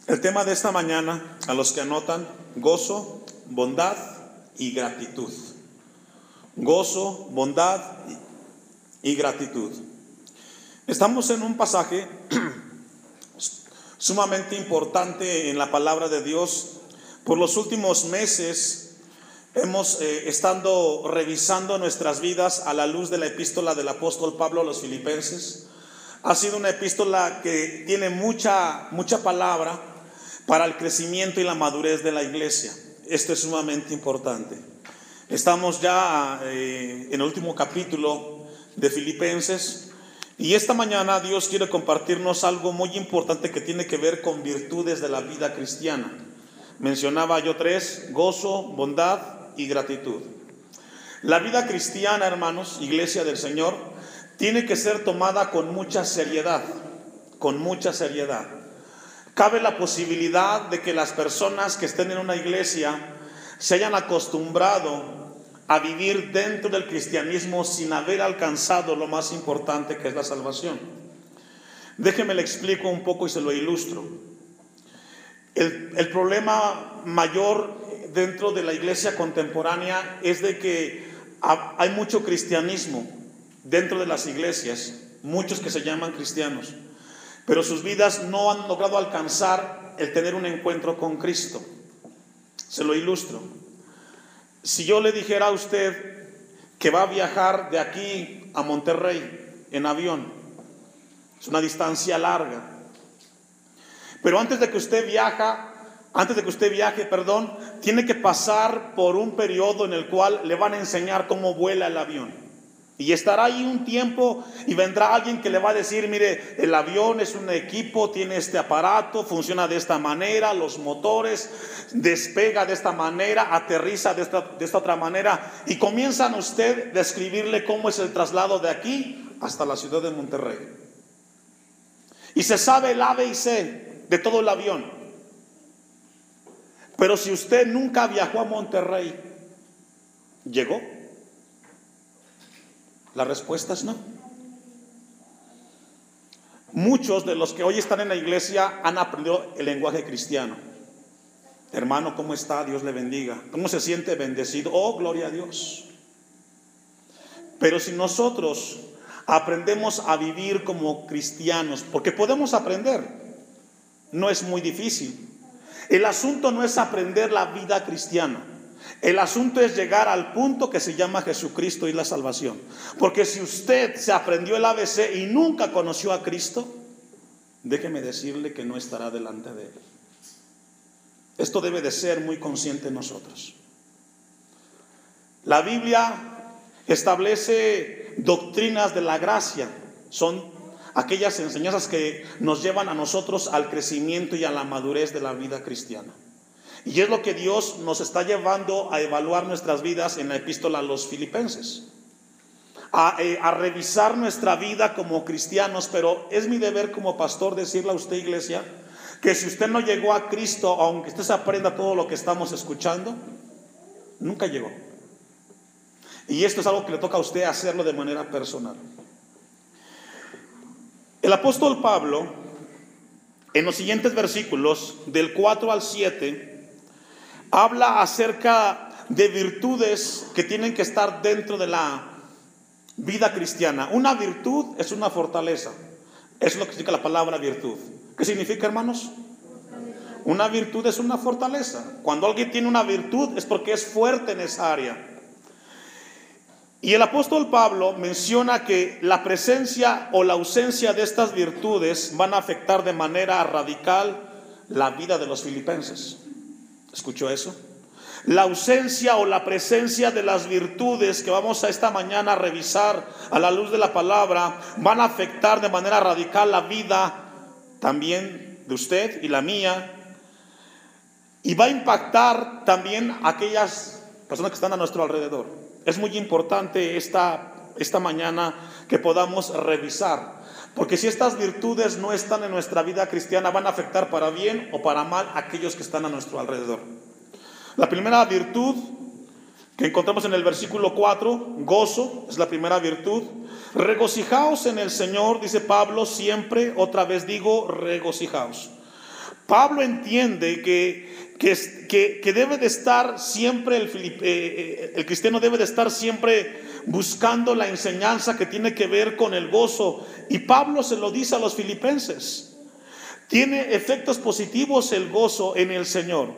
El tema de esta mañana, a los que anotan, gozo, bondad y gratitud. Gozo, bondad y gratitud. Estamos en un pasaje sumamente importante en la palabra de Dios. Por los últimos meses hemos estado revisando nuestras vidas a la luz de la epístola del apóstol Pablo a los Filipenses. Ha sido una epístola que tiene mucha palabra para el crecimiento y la madurez de la iglesia. Esto es sumamente importante. Estamos ya en el último capítulo de Filipenses y esta mañana Dios quiere compartirnos algo muy importante que tiene que ver con virtudes de la vida cristiana. Mencionaba yo 3: gozo, bondad y gratitud. La vida cristiana, hermanos, iglesia del Señor, tiene que ser tomada con mucha seriedad, con mucha seriedad. Cabe la posibilidad de que las personas que estén en una iglesia se hayan acostumbrado a vivir dentro del cristianismo sin haber alcanzado lo más importante, que es la salvación. Déjeme le explico un poco y se lo ilustro. El problema mayor dentro de la iglesia contemporánea es de que hay mucho cristianismo dentro de las iglesias, muchos que se llaman cristianos, pero sus vidas no han logrado alcanzar el tener un encuentro con Cristo. Se lo ilustro. Si yo le dijera a usted que va a viajar de aquí a Monterrey en avión, es una distancia larga, pero antes de que usted viaje, tiene que pasar por un periodo en el cual le van a enseñar cómo vuela el avión. Y estará ahí un tiempo y vendrá alguien que le va a decir: mire, el avión es un equipo, tiene este aparato, funciona de esta manera, los motores, despega de esta manera, aterriza de esta otra manera. Y comienzan a usted a describirle cómo es el traslado de aquí hasta la ciudad de Monterrey. Y se sabe el A, B y C de todo el avión. Pero si usted nunca viajó a Monterrey, ¿llegó? La respuesta es no. Muchos de los que hoy están en la iglesia han aprendido el lenguaje cristiano. Hermano, ¿cómo está? Dios le bendiga. ¿Cómo se siente? Bendecido. Oh, gloria a Dios. Pero si nosotros aprendemos a vivir como cristianos, porque podemos aprender, no es muy difícil. El asunto no es aprender la vida cristiana. El asunto es llegar al punto que se llama Jesucristo y la salvación. Porque si usted se aprendió el ABC y nunca conoció a Cristo, déjeme decirle que no estará delante de Él. Esto debe de ser muy consciente en nosotros. La Biblia establece doctrinas de la gracia. Son aquellas enseñanzas que nos llevan a nosotros al crecimiento y a la madurez de la vida cristiana. Y es lo que Dios nos está llevando a evaluar nuestras vidas en la epístola a los Filipenses. A revisar nuestra vida como cristianos. Pero es mi deber como pastor decirle a usted, iglesia, que si usted no llegó a Cristo, aunque usted se aprenda todo lo que estamos escuchando, nunca llegó. Y esto es algo que le toca a usted hacerlo de manera personal. El apóstol Pablo, en los siguientes versículos, del 4 al 7, habla acerca de virtudes que tienen que estar dentro de la vida cristiana. Una virtud es una fortaleza. Eso es lo que significa la palabra virtud. ¿Qué significa, hermanos? Una virtud es una fortaleza. Cuando alguien tiene una virtud es porque es fuerte en esa área. Y el apóstol Pablo menciona que la presencia o la ausencia de estas virtudes van a afectar de manera radical la vida de los filipenses. ¿Escuchó eso? La ausencia o la presencia de las virtudes que vamos a esta mañana a revisar a la luz de la palabra van a afectar de manera radical la vida también de usted y la mía. Y va a impactar también a aquellas personas que están a nuestro alrededor. Es muy importante esta mañana que podamos revisar. Porque si estas virtudes no están en nuestra vida cristiana, van a afectar para bien o para mal a aquellos que están a nuestro alrededor. La primera virtud que encontramos en el versículo 4, gozo, es la primera virtud. Regocijaos en el Señor, dice Pablo, siempre, otra vez digo, regocijaos. Pablo entiende que debe de estar siempre, el cristiano debe de estar siempre buscando la enseñanza que tiene que ver con el gozo. Y Pablo se lo dice a los filipenses. Tiene efectos positivos el gozo en el Señor.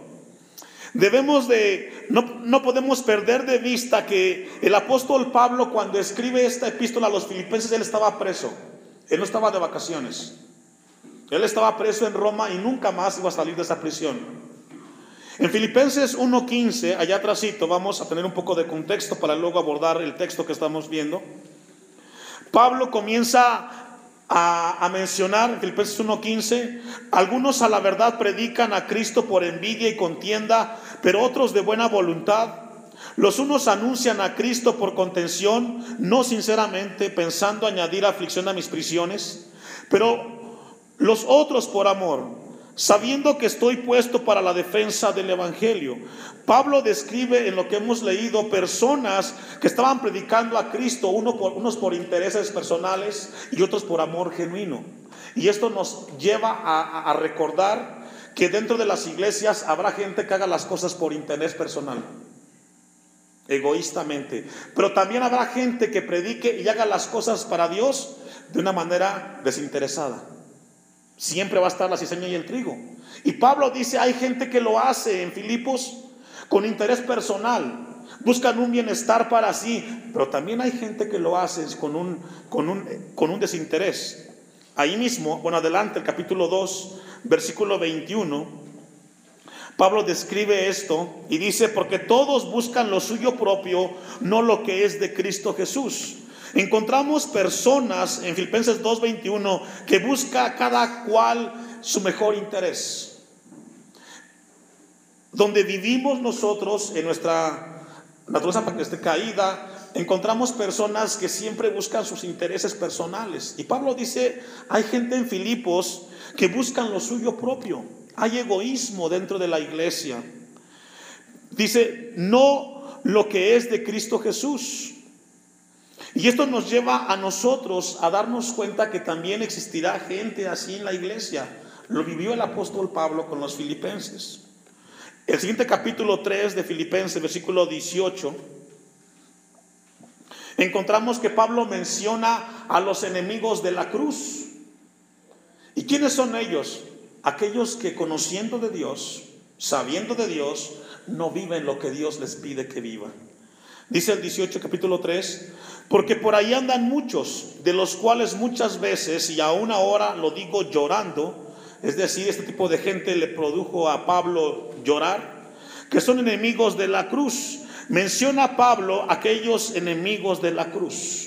No podemos perder de vista que el apóstol Pablo, cuando escribe esta epístola a los filipenses, él estaba preso. Él no estaba de vacaciones. Él estaba preso en Roma y nunca más iba a salir de esa prisión. En Filipenses 1:15, allá atrásito, vamos a tener un poco de contexto para luego abordar el texto que estamos viendo. Pablo comienza a mencionar en Filipenses 1:15: algunos a la verdad predican a Cristo por envidia y contienda, pero otros de buena voluntad. Los unos anuncian a Cristo por contención, no sinceramente, pensando añadir aflicción a mis prisiones, pero los otros por amor, sabiendo que estoy puesto para la defensa del evangelio. Pablo describe en lo que hemos leído personas que estaban predicando a Cristo, unos por intereses personales y otros por amor genuino. Y esto nos lleva a recordar que dentro de las iglesias habrá gente que haga las cosas por interés personal, egoístamente, pero también habrá gente que predique y haga las cosas para Dios de una manera desinteresada. Siempre va a estar la cizaña y el trigo. Y Pablo dice, hay gente que lo hace en Filipos con interés personal, buscan un bienestar para sí, pero también hay gente que lo hace con un desinterés. Ahí mismo, bueno, adelante, el capítulo 2, versículo 21, Pablo describe esto y dice: porque todos buscan lo suyo propio, no lo que es de Cristo Jesús. Encontramos personas en Filipenses 2:21 que busca cada cual su mejor interés. Donde vivimos nosotros, en nuestra naturaleza caída, encontramos personas que siempre buscan sus intereses personales. Y Pablo dice, hay gente en Filipos que buscan lo suyo propio. Hay egoísmo dentro de la iglesia. Dice, no lo que es de Cristo Jesús. Y esto nos lleva a nosotros a darnos cuenta que también existirá gente así en la iglesia. Lo vivió el apóstol Pablo con los filipenses. El siguiente capítulo 3 de Filipenses, versículo 18, encontramos que Pablo menciona a los enemigos de la cruz. ¿Y quiénes son ellos? Aquellos que conociendo de Dios, sabiendo de Dios, no viven lo que Dios les pide que vivan. Dice el 18, capítulo 3, porque por ahí andan muchos, de los cuales muchas veces, y aún ahora lo digo llorando, es decir, este tipo de gente le produjo a Pablo llorar, que son enemigos de la cruz. Menciona Pablo aquellos enemigos de la cruz.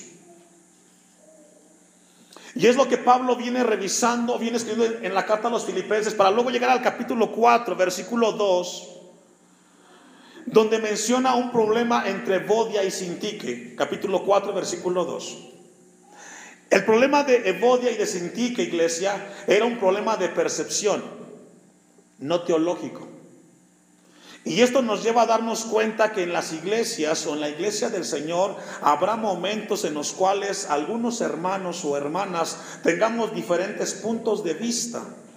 Y es lo que Pablo viene revisando, viene escribiendo en la carta a los filipenses, para luego llegar al capítulo 4, versículo 2, donde menciona un problema entre Evodia y Sintique. Capítulo 4, versículo 2. El problema de Evodia y de Sintique, iglesia, era un problema de percepción, no teológico. Y esto nos lleva a darnos cuenta que en las iglesias o en la iglesia del Señor habrá momentos en los cuales algunos hermanos o hermanas tengamos diferentes puntos de vista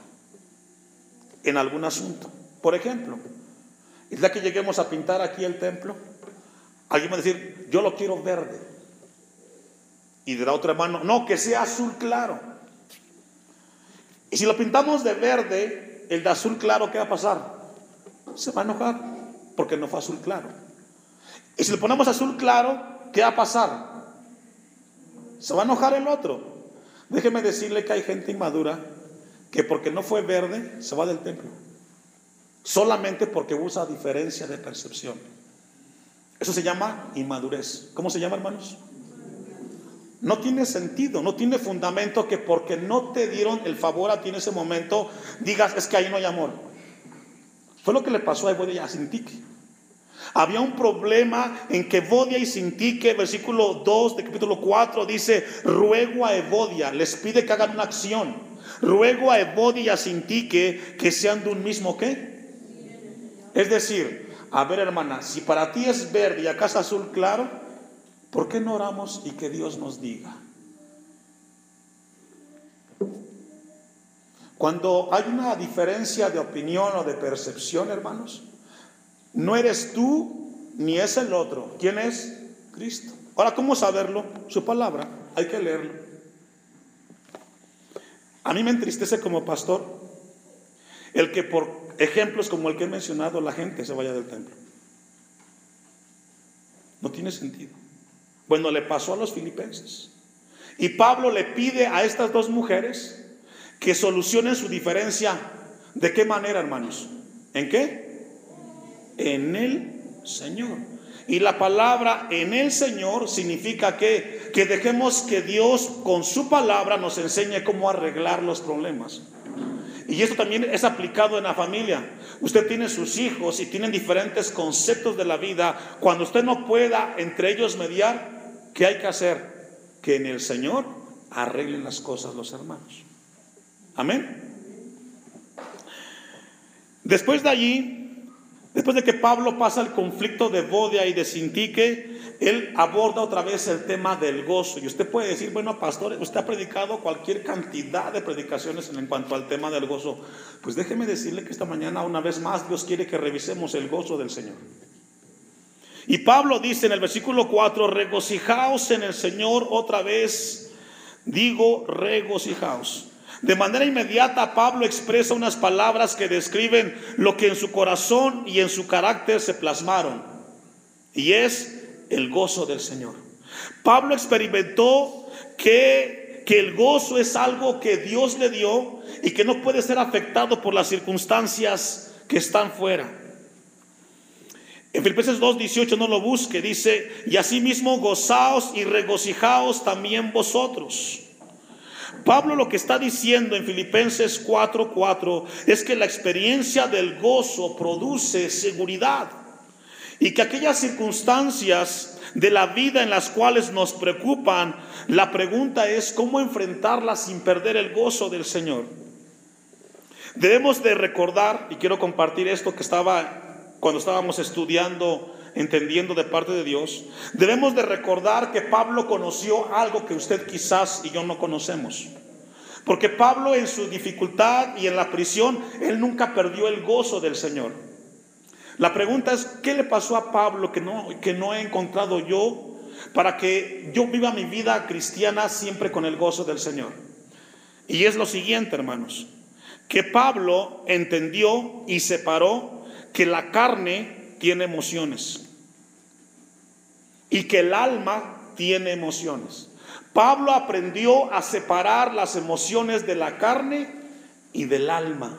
en algún asunto. Por ejemplo, el día que lleguemos a pintar aquí el templo, alguien va a decir, yo lo quiero verde. Y dirá otro hermano, no, que sea azul claro. Y si lo pintamos de verde, el de azul claro, ¿qué va a pasar? Se va a enojar porque no fue azul claro. Y si le ponemos azul claro, ¿qué va a pasar? Se va a enojar el otro. Déjeme decirle que hay gente inmadura que porque no fue verde se va del templo, solamente porque usa diferencia de percepción. Eso se llama inmadurez. ¿Cómo se llama, hermanos? No tiene sentido, no tiene fundamento que porque no te dieron el favor a ti en ese momento digas, es que ahí no hay amor. Fue lo que le pasó a Evodia y a Sintique. Había un problema en que Evodia y Sintique, versículo 2 de capítulo 4, dice, ruego a Evodia, les pide que hagan una acción. Ruego a Evodia y a Sintique que sean de un mismo ¿qué? Es decir, a ver, hermana, si para ti es verde y acá es azul claro, ¿por qué no oramos y que Dios nos diga? Cuando hay una diferencia de opinión o de percepción, hermanos, no eres tú ni es el otro. ¿Quién es? Cristo. Ahora, ¿cómo saberlo? Su palabra. Hay que leerlo. A mí me entristece como pastor el que por ejemplos como el que he mencionado la gente se vaya del templo. No tiene sentido. Bueno, le pasó a los filipenses. Y Pablo le pide a estas dos mujeres que solucionen su diferencia. ¿De qué manera, hermanos? ¿En qué? En el Señor. Y la palabra en el Señor significa que dejemos que Dios con su palabra nos enseñe cómo arreglar los problemas. Y esto también es aplicado en la familia. Usted tiene sus hijos y tienen diferentes conceptos de la vida. Cuando usted no pueda entre ellos mediar, ¿qué hay que hacer? Que en el Señor arreglen las cosas los hermanos. Amén. Después de allí, después de que Pablo pasa el conflicto de Bodia y de Sintique, él aborda otra vez el tema del gozo. Y usted puede decir, bueno, pastor, usted ha predicado cualquier cantidad de predicaciones en cuanto al tema del gozo. Pues déjeme decirle que esta mañana una vez más Dios quiere que revisemos el gozo del Señor. Y Pablo dice en el versículo 4, regocijaos en el Señor. Otra vez digo, regocijaos. De manera inmediata Pablo expresa unas palabras que describen lo que en su corazón y en su carácter se plasmaron, y es el gozo del Señor. Pablo experimentó que el gozo es algo que Dios le dio y que no puede ser afectado por las circunstancias que están fuera. En Filipenses 2:18, no lo busque, dice, y asimismo gozaos y regocijaos también vosotros. Pablo lo que está diciendo en Filipenses 4:4 es que la experiencia del gozo produce seguridad, y que aquellas circunstancias de la vida en las cuales nos preocupan, la pregunta es cómo enfrentarlas sin perder el gozo del Señor. Debemos de recordar, y quiero compartir esto que cuando estábamos estudiando, entendiendo de parte de Dios, debemos de recordar que Pablo conoció algo que usted quizás y yo no conocemos. Porque Pablo en su dificultad y en la prisión, él nunca perdió el gozo del Señor. La pregunta es, ¿qué le pasó a Pablo que no he encontrado yo para que yo viva mi vida cristiana siempre con el gozo del Señor? Y es lo siguiente, hermanos, que Pablo entendió y separó que la carne tiene emociones y que el alma tiene emociones. Pablo aprendió a separar las emociones de la carne y del alma.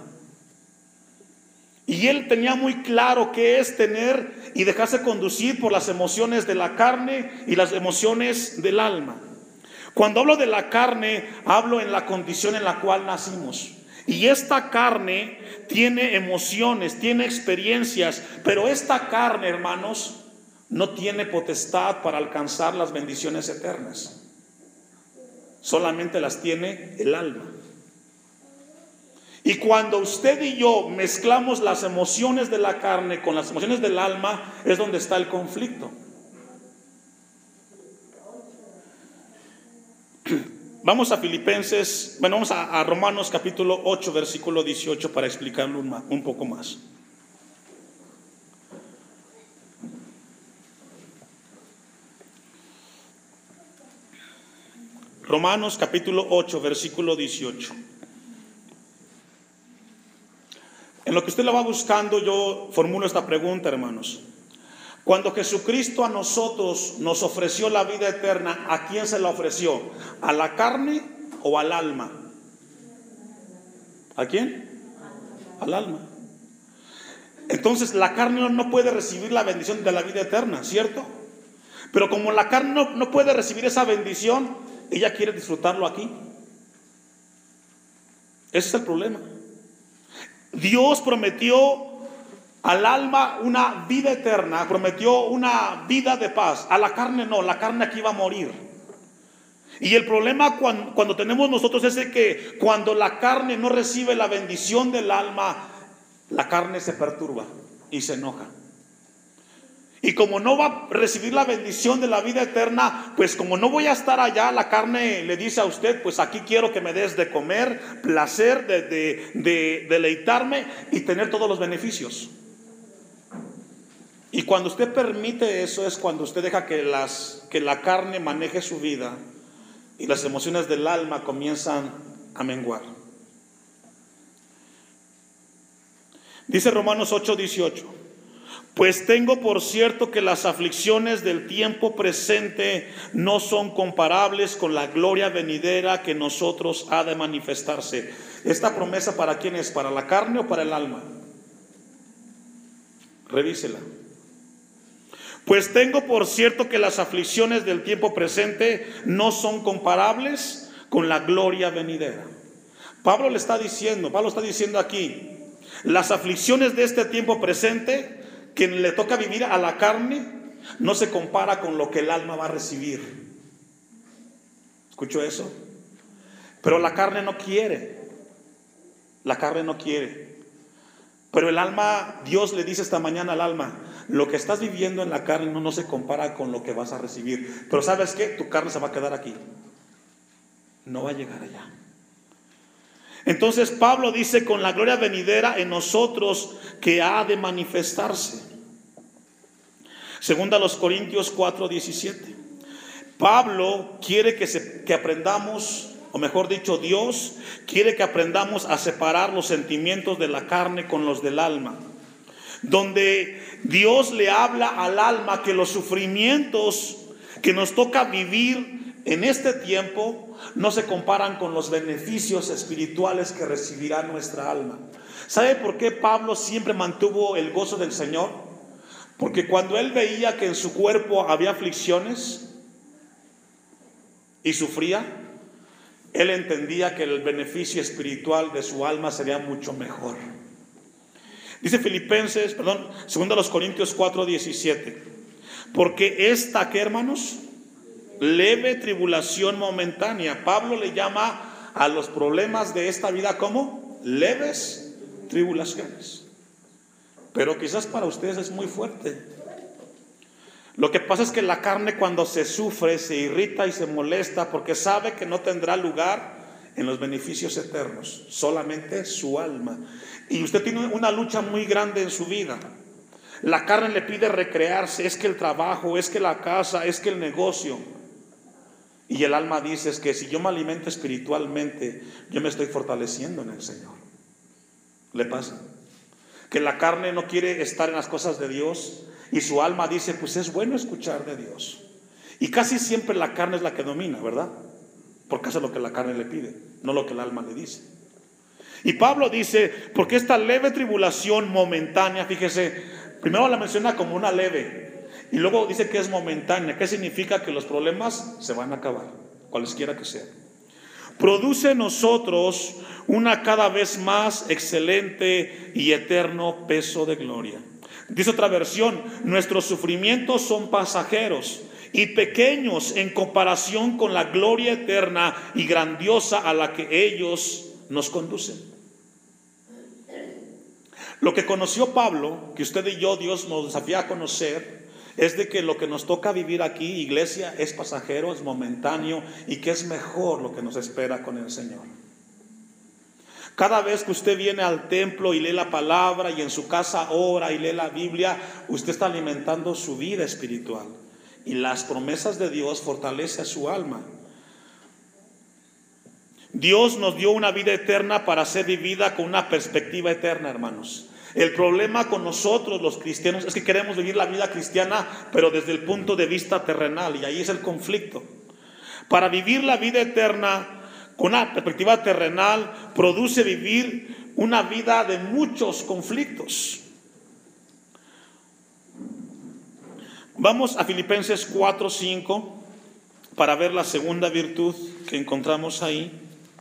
Y él tenía muy claro qué es tener y dejarse conducir por las emociones de la carne y las emociones del alma. Cuando hablo de la carne, hablo en la condición en la cual nacimos. Y esta carne tiene emociones, tiene experiencias, pero esta carne, hermanos, no tiene potestad para alcanzar las bendiciones eternas. Solamente las tiene el alma. Y cuando usted y yo mezclamos las emociones de la carne con las emociones del alma, es donde está el conflicto. Vamos a Filipenses, vamos a Romanos capítulo 8, versículo 18 para explicarlo un poco más. Romanos capítulo 8, versículo 18. En lo que usted lo va buscando, yo formulo esta pregunta, hermanos. Cuando Jesucristo a nosotros nos ofreció la vida eterna, ¿a quién se la ofreció? ¿A la carne o al alma? ¿A quién? Al alma. Entonces la carne no puede recibir la bendición de la vida eterna, ¿cierto? Pero como la carne no puede recibir esa bendición, ella quiere disfrutarlo aquí. Ese es el problema. Dios prometió al alma una vida eterna, prometió una vida de paz. A la carne no, la carne aquí va a morir. Y el problema cuando tenemos nosotros es de que cuando la carne no recibe la bendición del alma, la carne se perturba y se enoja. Y como no va a recibir la bendición de la vida eterna, pues como no voy a estar allá, la carne le dice a usted, pues aquí quiero que me des de comer, placer, de deleitarme y tener todos los beneficios. Y cuando usted permite eso, es cuando usted deja que la carne maneje su vida y las emociones del alma comienzan a menguar. Dice Romanos 8:18: pues tengo por cierto que las aflicciones del tiempo presente no son comparables con la gloria venidera que en nosotros ha de manifestarse. ¿Esta promesa para quién es? ¿Para la carne o para el alma? Revísela. Pues tengo por cierto que las aflicciones del tiempo presente no son comparables con la gloria venidera. Pablo está diciendo aquí, las aflicciones de este tiempo presente que le toca vivir a la carne no se compara con lo que el alma va a recibir. ¿Escuchó eso? Pero la carne no quiere. La carne no quiere. Pero el alma, Dios le dice esta mañana al alma, lo que estás viviendo en la carne no se compara con lo que vas a recibir. Pero ¿sabes qué? Tu carne se va a quedar aquí. No va a llegar allá. Entonces Pablo dice, con la gloria venidera en nosotros que ha de manifestarse. Segunda a los Corintios 4:17. Pablo quiere que aprendamos, o mejor dicho, Dios quiere que aprendamos a separar los sentimientos de la carne con los del alma. Donde Dios le habla al alma que los sufrimientos que nos toca vivir en este tiempo no se comparan con los beneficios espirituales que recibirá nuestra alma. ¿Sabe por qué Pablo siempre mantuvo el gozo del Señor? Porque cuando él veía que en su cuerpo había aflicciones y sufría, él entendía que el beneficio espiritual de su alma sería mucho mejor. Dice segunda a los Corintios 4:17. Porque esta, ¿qué, hermanos? Leve tribulación momentánea. Pablo le llama a los problemas de esta vida como leves tribulaciones. Pero quizás para ustedes es muy fuerte. Lo que pasa es que la carne, cuando se sufre, se irrita y se molesta porque sabe que no tendrá lugar en los beneficios eternos, solamente su alma. Y usted tiene una lucha muy grande en su vida. La carne le pide recrearse, es que el trabajo, es que la casa, es que el negocio. Y el alma dice, es que si yo me alimento espiritualmente, yo me estoy fortaleciendo en el Señor. ¿Le pasa? Que la carne no quiere estar en las cosas de Dios y su alma dice, pues es bueno escuchar de Dios. Y casi siempre la carne es la que domina, ¿verdad? Porque hace lo que la carne le pide, no lo que el alma le dice. Y Pablo dice, porque esta leve tribulación momentánea, fíjese, primero la menciona como una leve y luego dice que es momentánea. ¿Qué significa? Que los problemas se van a acabar, cualesquiera que sean. Produce en nosotros una cada vez más excelente y eterno peso de gloria. Dice otra versión, nuestros sufrimientos son pasajeros y pequeños en comparación con la gloria eterna y grandiosa a la que ellos nos conducen. Lo que conoció Pablo, que usted y yo, Dios nos desafía a conocer, es de que lo que nos toca vivir aquí, iglesia, es pasajero, es momentáneo y que es mejor lo que nos espera con el Señor. Cada vez que usted viene al templo y lee la palabra y en su casa ora y lee la Biblia, usted está alimentando su vida espiritual y las promesas de Dios fortalecen a su alma. Dios nos dio una vida eterna para ser vivida con una perspectiva eterna, hermanos. El problema con nosotros los cristianos es que queremos vivir la vida cristiana, pero desde el punto de vista terrenal, y ahí es el conflicto. Para vivir la vida eterna con una perspectiva terrenal produce vivir una vida de muchos conflictos. Vamos a Filipenses 4:5 para ver la segunda virtud que encontramos ahí.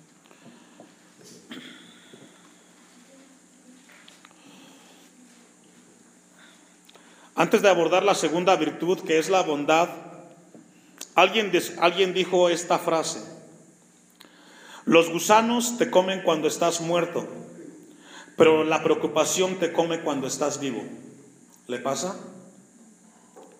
Antes de abordar la segunda virtud, que es la bondad, alguien dijo esta frase: los gusanos te comen cuando estás muerto, pero la preocupación te come cuando estás vivo. ¿Le pasa?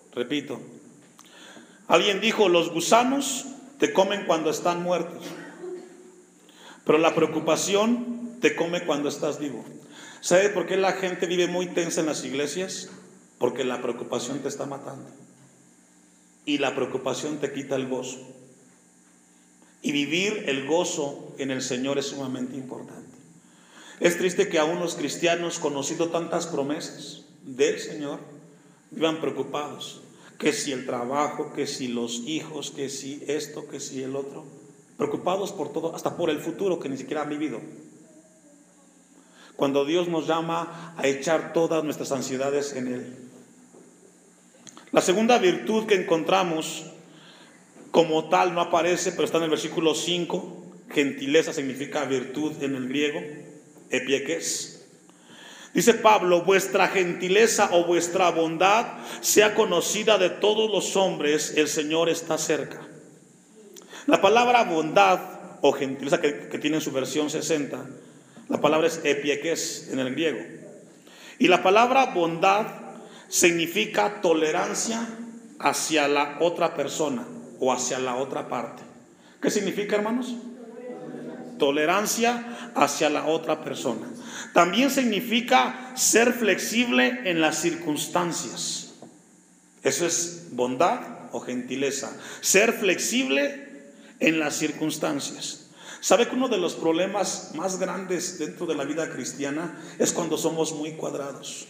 Repito, alguien dijo, los gusanos te comen cuando están muertos, pero la preocupación te come cuando estás vivo. ¿Sabe por qué la gente vive muy tensa en las iglesias? Porque la preocupación te está matando. Y la preocupación te quita el gozo. Y vivir el gozo en el Señor es sumamente importante. Es triste que aún los cristianos, conociendo tantas promesas del Señor, vivan preocupados. Que si el trabajo, que si los hijos, que si esto, que si el otro. Preocupados por todo, hasta por el futuro que ni siquiera han vivido. Cuando Dios nos llama a echar todas nuestras ansiedades en Él. La segunda virtud que encontramos, como tal no aparece, pero está en el versículo 5. Gentileza significa virtud en el griego, epiekes. Dice Pablo, vuestra gentileza o vuestra bondad sea conocida de todos los hombres, el Señor está cerca. La palabra bondad o gentileza que tiene en su versión 60, la palabra es epiekes en el griego. Y la palabra bondad significa tolerancia hacia la otra persona o hacia la otra parte. ¿Qué significa, hermanos? Tolerancia hacia la otra persona. También significa ser flexible en las circunstancias. Eso es bondad o gentileza. Ser flexible en las circunstancias. ¿Sabe que uno de los problemas más grandes dentro de la vida cristiana es cuando somos muy cuadrados?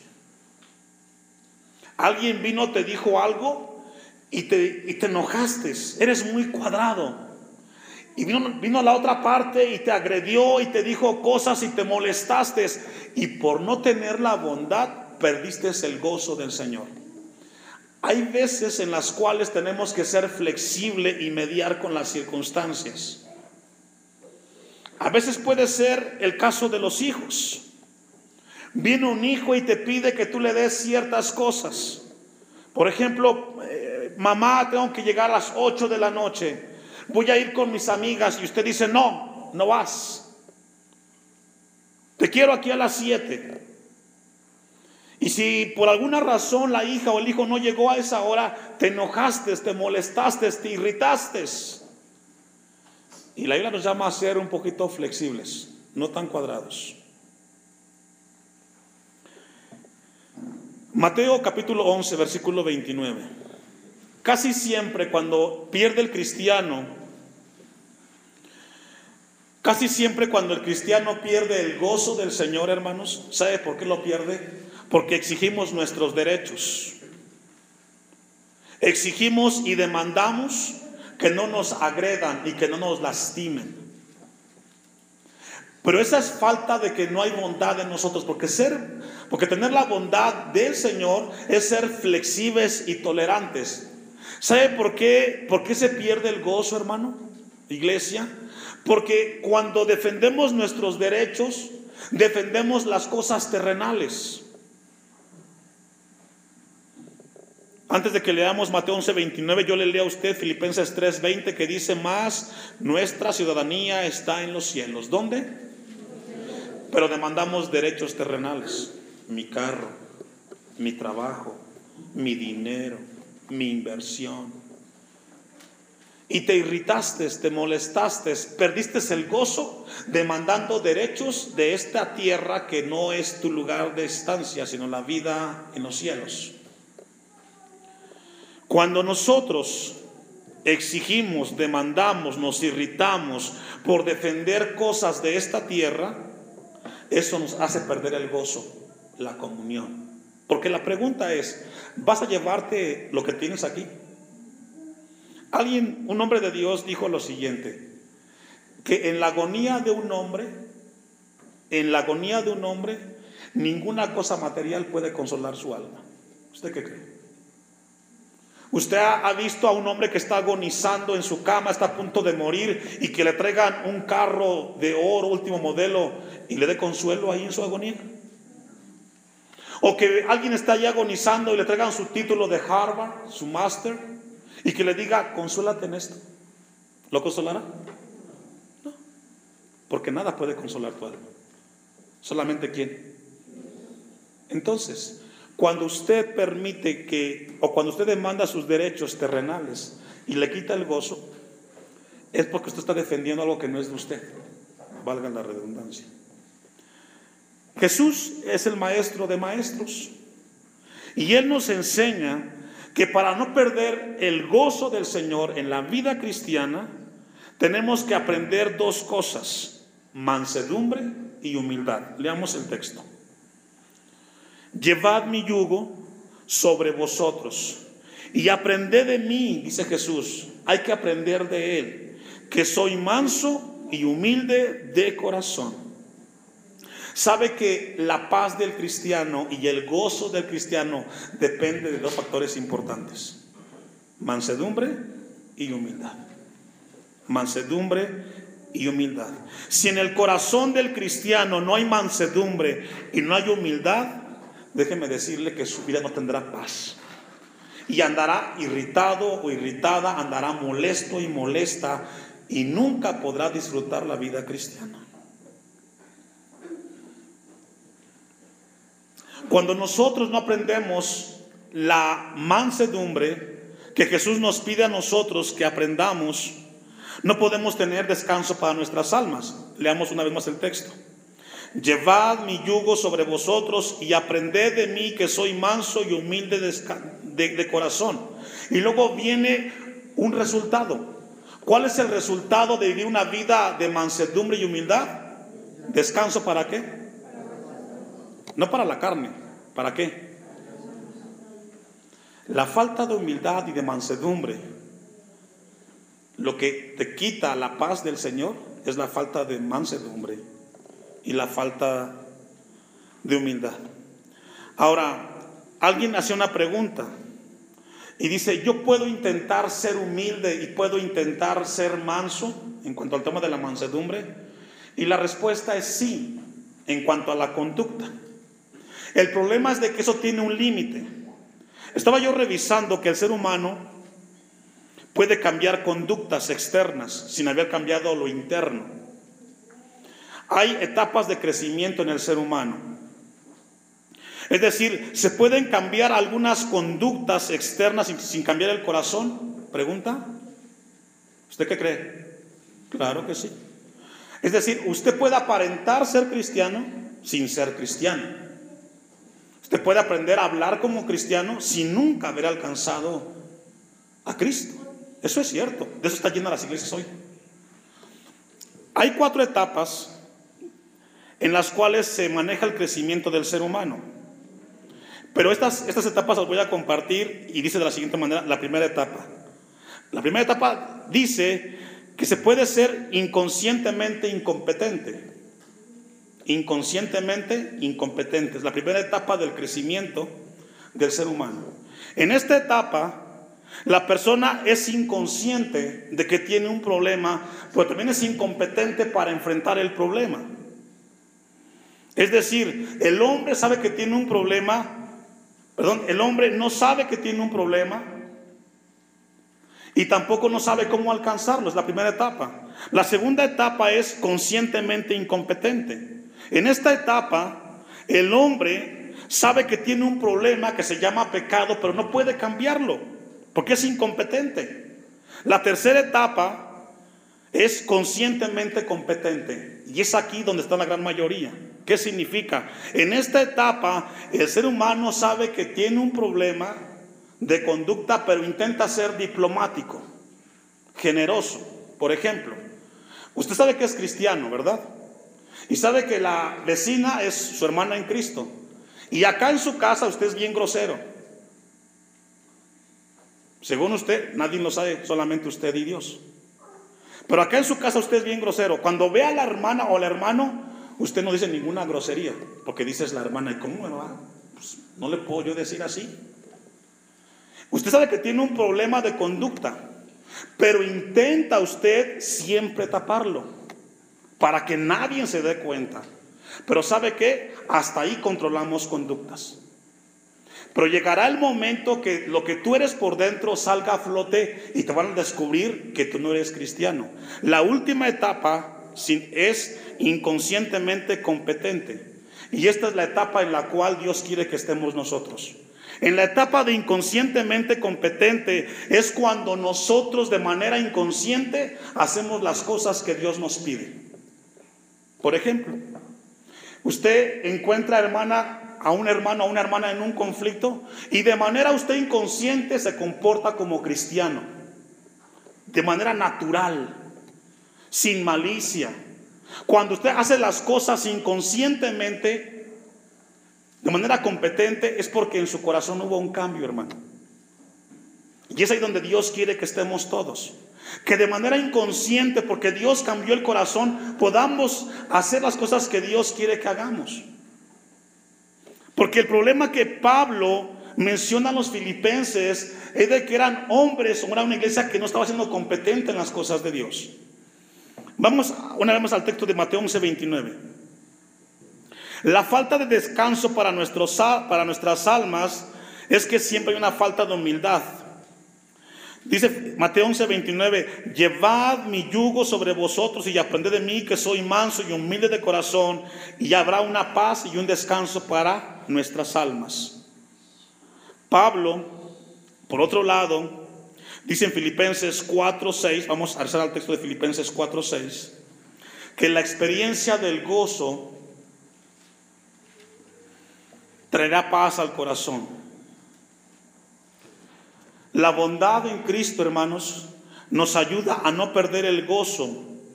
Alguien vino, te dijo algo y te enojaste, eres muy cuadrado. Y vino la otra parte y te agredió y te dijo cosas y te molestaste. Y por no tener la bondad, perdiste el gozo del Señor. Hay veces en las cuales tenemos que ser flexible y mediar con las circunstancias. A veces puede ser el caso de los hijos. Viene un hijo y te pide que tú le des ciertas cosas. Por ejemplo, mamá, tengo que llegar a las 8 de la noche. Voy a ir con mis amigas. Y usted dice, no, no vas. Te quiero aquí a las 7. Y si por alguna razón la hija o el hijo no llegó a esa hora, te enojaste, te molestaste, te irritaste. Y la Biblia nos llama a ser un poquito flexibles, no tan cuadrados. Mateo capítulo 11, versículo 29. Casi siempre cuando pierde el cristiano, casi siempre cuando el cristiano pierde el gozo del Señor, hermanos, ¿sabe por qué lo pierde? Porque exigimos nuestros derechos. Exigimos y demandamos que no nos agredan y que no nos lastimen. Pero esa es falta de que no hay bondad en nosotros, porque tener la bondad del Señor es ser flexibles y tolerantes. ¿Sabe por qué se pierde el gozo, hermano? Iglesia, porque cuando defendemos nuestros derechos, defendemos las cosas terrenales. Antes de que leamos Mateo 11:29, yo le leo a usted Filipenses 3:20, que dice, más nuestra ciudadanía está en los cielos. ¿Dónde? Pero demandamos derechos terrenales. Mi carro, mi trabajo, mi dinero, mi inversión. Y te irritaste, te molestaste, perdiste el gozo demandando derechos de esta tierra que no es tu lugar de estancia, sino la vida en los cielos. Cuando nosotros exigimos, demandamos, nos irritamos por defender cosas de esta tierra, eso nos hace perder el gozo, la comunión. Porque la pregunta es, ¿vas a llevarte lo que tienes aquí? Un hombre de Dios dijo lo siguiente, que en la agonía de un hombre, ninguna cosa material puede consolar su alma. ¿Usted qué cree? Usted ha visto a un hombre que está agonizando en su cama, está a punto de morir, y que le traigan un carro de oro, último modelo, y le dé consuelo ahí en su agonía. O que alguien está ahí agonizando y le traigan su título de Harvard, su máster, y que le diga, consuélate en esto. ¿Lo consolará? No, porque nada puede consolar tu alma. ¿Solamente quién? Entonces, Cuando usted permite o cuando usted demanda sus derechos terrenales y le quita el gozo, es porque usted está defendiendo algo que no es de usted, valga la redundancia. Jesús es el maestro de maestros y Él nos enseña que para no perder el gozo del Señor en la vida cristiana, tenemos que aprender dos cosas: mansedumbre y humildad. Leamos el texto. Llevad mi yugo sobre vosotros y aprended de mí, dice Jesús. Hay que aprender de Él, que soy manso y humilde de corazón. Sabe que la paz del cristiano y el gozo del cristiano depende de dos factores importantes: mansedumbre y humildad. Mansedumbre y humildad. Si en el corazón del cristiano no hay mansedumbre y no hay humildad, déjeme decirle que su vida no tendrá paz. Y andará irritado o irritada, andará molesto y molesta, y nunca podrá disfrutar la vida cristiana. Cuando nosotros no aprendemos la mansedumbre que Jesús nos pide a nosotros que aprendamos, no podemos tener descanso para nuestras almas. Leamos una vez más el texto. Llevad mi yugo sobre vosotros y aprended de mí, que soy manso y humilde de corazón. Y luego viene un resultado. ¿Cuál es el resultado de vivir una vida de mansedumbre y humildad? ¿Descanso para qué? No para la carne. ¿Para qué? La falta de humildad y de mansedumbre, lo que te quita la paz del Señor es la falta de mansedumbre y la falta de humildad. Ahora, alguien hace una pregunta y dice: yo puedo intentar ser humilde y puedo intentar ser manso en cuanto al tema de la mansedumbre. Y la respuesta es sí, en cuanto a la conducta. El problema es de que eso tiene un límite. Estaba yo revisando que el ser humano puede cambiar conductas externas sin haber cambiado lo interno. Hay etapas de crecimiento en el ser humano. Es decir, ¿se pueden cambiar algunas conductas externas sin cambiar el corazón? Pregunta. ¿Usted qué cree? Claro que sí. Es decir, usted puede aparentar ser cristiano sin ser cristiano. Usted puede aprender a hablar como cristiano sin nunca haber alcanzado a Cristo. Eso es cierto. De eso está llena las iglesias hoy. Hay 4 etapas en las cuales se maneja el crecimiento del ser humano. Pero estas etapas las voy a compartir y dice de la siguiente manera. La primera etapa. La primera etapa dice que se puede ser inconscientemente incompetente. Inconscientemente incompetentes. La primera etapa del crecimiento del ser humano. En esta etapa, la persona es inconsciente de que tiene un problema, pero también es incompetente para enfrentar el problema. Es decir, el hombre sabe que tiene un problema, el hombre no sabe que tiene un problema y tampoco no sabe cómo alcanzarlo. Es la primera etapa. La segunda etapa es conscientemente incompetente. En esta etapa, el hombre sabe que tiene un problema que se llama pecado, pero no puede cambiarlo, porque es incompetente. La tercera etapa es conscientemente competente, y es aquí donde está la gran mayoría. ¿Qué significa? En esta etapa, el ser humano sabe que tiene un problema de conducta, pero intenta ser diplomático, generoso. Por ejemplo, usted sabe que es cristiano, ¿verdad? Y sabe que la vecina es su hermana en Cristo. Y acá en su casa usted es bien grosero. Según usted, nadie lo sabe, solamente usted y Dios. Pero acá en su casa usted es bien grosero. Cuando ve a la hermana o al hermano, usted no dice ninguna grosería, porque dice es la hermana. ¿Y cómo me va? Pues no le puedo yo decir así. Usted sabe que tiene un problema de conducta, pero intenta usted siempre taparlo para que nadie se dé cuenta. Pero ¿sabe qué? Hasta ahí controlamos conductas. Pero llegará el momento que lo que tú eres por dentro salga a flote y te van a descubrir que tú no eres cristiano. La última etapa es inconscientemente competente. Y esta es la etapa en la cual Dios quiere que estemos nosotros. En la etapa de inconscientemente competente es cuando nosotros de manera inconsciente hacemos las cosas que Dios nos pide. Por ejemplo, usted encuentra a un hermano o una hermana en un conflicto y de manera usted inconsciente se comporta como cristiano, de manera natural, sin malicia. Cuando usted hace las cosas inconscientemente, de manera competente, es porque en su corazón hubo un cambio, hermano. Y es ahí donde Dios quiere que estemos todos. Que de manera inconsciente, porque Dios cambió el corazón, podamos hacer las cosas que Dios quiere que hagamos. Porque el problema que Pablo menciona a los filipenses es de que eran hombres, o era una iglesia que no estaba siendo competente en las cosas de Dios. Vamos una vez más al texto de Mateo 11:29. La falta de descanso para nuestras almas es que siempre hay una falta de humildad. Dice Mateo 11:29: llevad mi yugo sobre vosotros y aprended de mí, que soy manso y humilde de corazón, y habrá una paz y un descanso para nuestras almas. Pablo, por otro lado, dice en Filipenses 4:6, vamos a regresar al texto de Filipenses 4:6, que la experiencia del gozo traerá paz al corazón. La bondad en Cristo, hermanos, nos ayuda a no perder el gozo.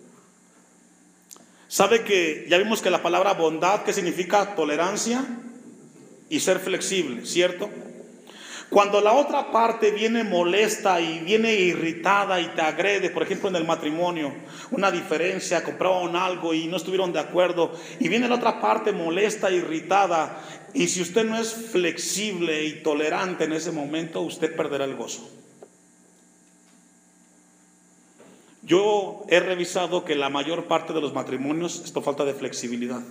¿Sabe que ya vimos que la palabra bondad, ¿qué significa? Tolerancia y ser flexible, ¿cierto? Cuando la otra parte viene molesta y viene irritada y te agrede, por ejemplo en el matrimonio, una diferencia, compraron algo y no estuvieron de acuerdo, y viene la otra parte molesta, irritada, y si usted no es flexible y tolerante en ese momento, usted perderá el gozo. Yo he revisado que la mayor parte de los matrimonios es por falta de flexibilidad.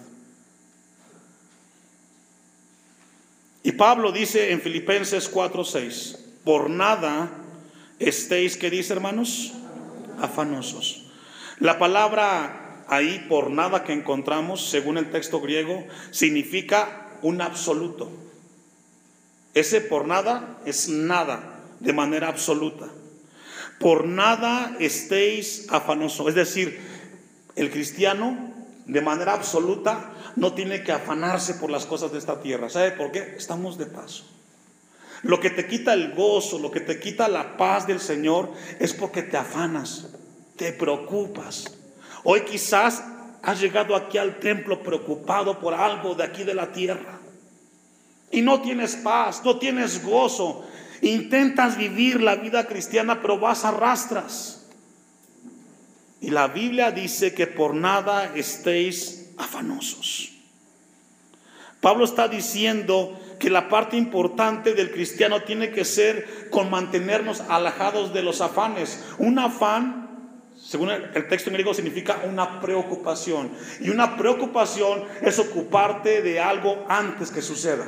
Y Pablo dice en Filipenses 4:6: por nada estéis, ¿qué dice, hermanos? Afanosos. La palabra ahí, por nada, que encontramos, según el texto griego, significa un absoluto. Ese por nada es nada, de manera absoluta. Por nada estéis afanosos. Es decir, el cristiano de manera absoluta no tiene que afanarse por las cosas de esta tierra. ¿Sabe por qué? Estamos de paso. Lo que te quita el gozo, lo que te quita la paz del Señor, es porque te afanas, te preocupas. Hoy quizás has llegado aquí al templo preocupado por algo de aquí de la tierra y no tienes paz, no tienes gozo. Intentas vivir la vida cristiana, pero vas a rastras. Y la Biblia dice que por nada estéis afanosos. Pablo está diciendo que la parte importante del cristiano tiene que ser con mantenernos alejados de los afanes. Un afán, según el texto en griego, significa una preocupación. Y una preocupación es ocuparte de algo antes que suceda.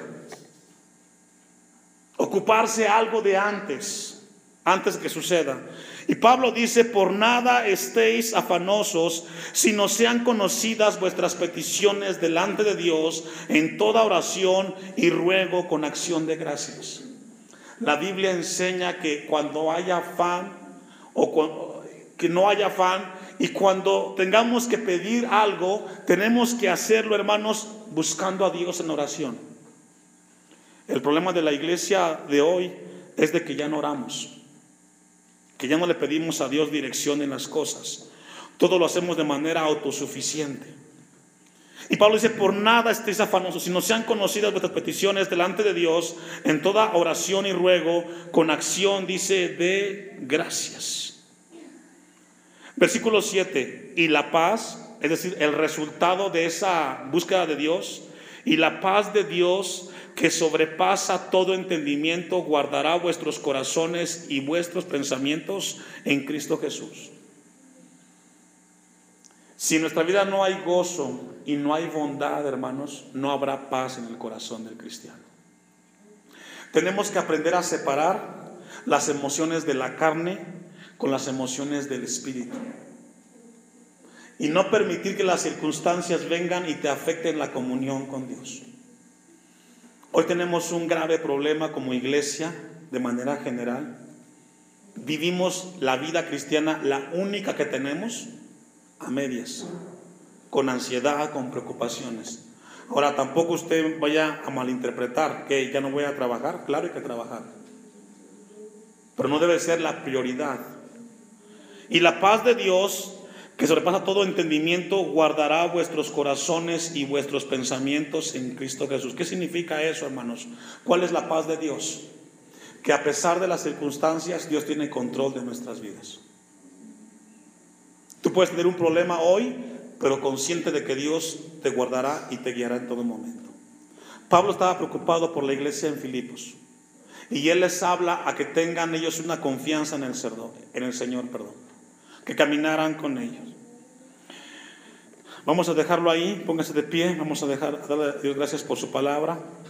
Ocuparse algo de antes que suceda. Y Pablo dice: por nada estéis afanosos, sino sean conocidas vuestras peticiones delante de Dios en toda oración y ruego con acción de gracias. La Biblia enseña que cuando haya afán que no haya afán, y cuando tengamos que pedir algo, tenemos que hacerlo, hermanos, buscando a Dios en oración. El problema de la iglesia de hoy es de que ya no oramos, que ya no le pedimos a Dios dirección en las cosas. Todo lo hacemos de manera autosuficiente. Y Pablo dice: por nada estéis afanosos, sino sean conocidas vuestras peticiones delante de Dios en toda oración y ruego con acción, dice, de gracias. Versículo 7: y la paz, es decir, el resultado de esa búsqueda de Dios, y la paz de Dios, que sobrepasa todo entendimiento, guardará vuestros corazones y vuestros pensamientos en Cristo Jesús. Si en nuestra vida no hay gozo y no hay bondad, hermanos, no habrá paz en el corazón del cristiano. Tenemos que aprender a separar las emociones de la carne con las emociones del espíritu. y no permitir que las circunstancias vengan y te afecten la comunión con Dios. Hoy tenemos un grave problema como iglesia de manera general. Vivimos la vida cristiana, la única que tenemos, a medias, con ansiedad, con preocupaciones. Ahora, tampoco usted vaya a malinterpretar que ya no voy a trabajar. Claro, hay que trabajar, pero no debe ser la prioridad. Y la paz de Dios, que sobrepasa todo entendimiento, guardará vuestros corazones y vuestros pensamientos en Cristo Jesús. ¿Qué significa eso, hermanos? ¿Cuál es la paz de Dios? Que a pesar de las circunstancias, Dios tiene control de nuestras vidas. Tú puedes tener un problema hoy, pero consciente de que Dios te guardará y te guiará en todo momento. Pablo estaba preocupado por la iglesia en Filipos, y él les habla a que tengan ellos una confianza en el Señor, que caminaran con ellos. Vamos a dejarlo ahí, pónganse de pie, vamos a darle a Dios gracias por su palabra.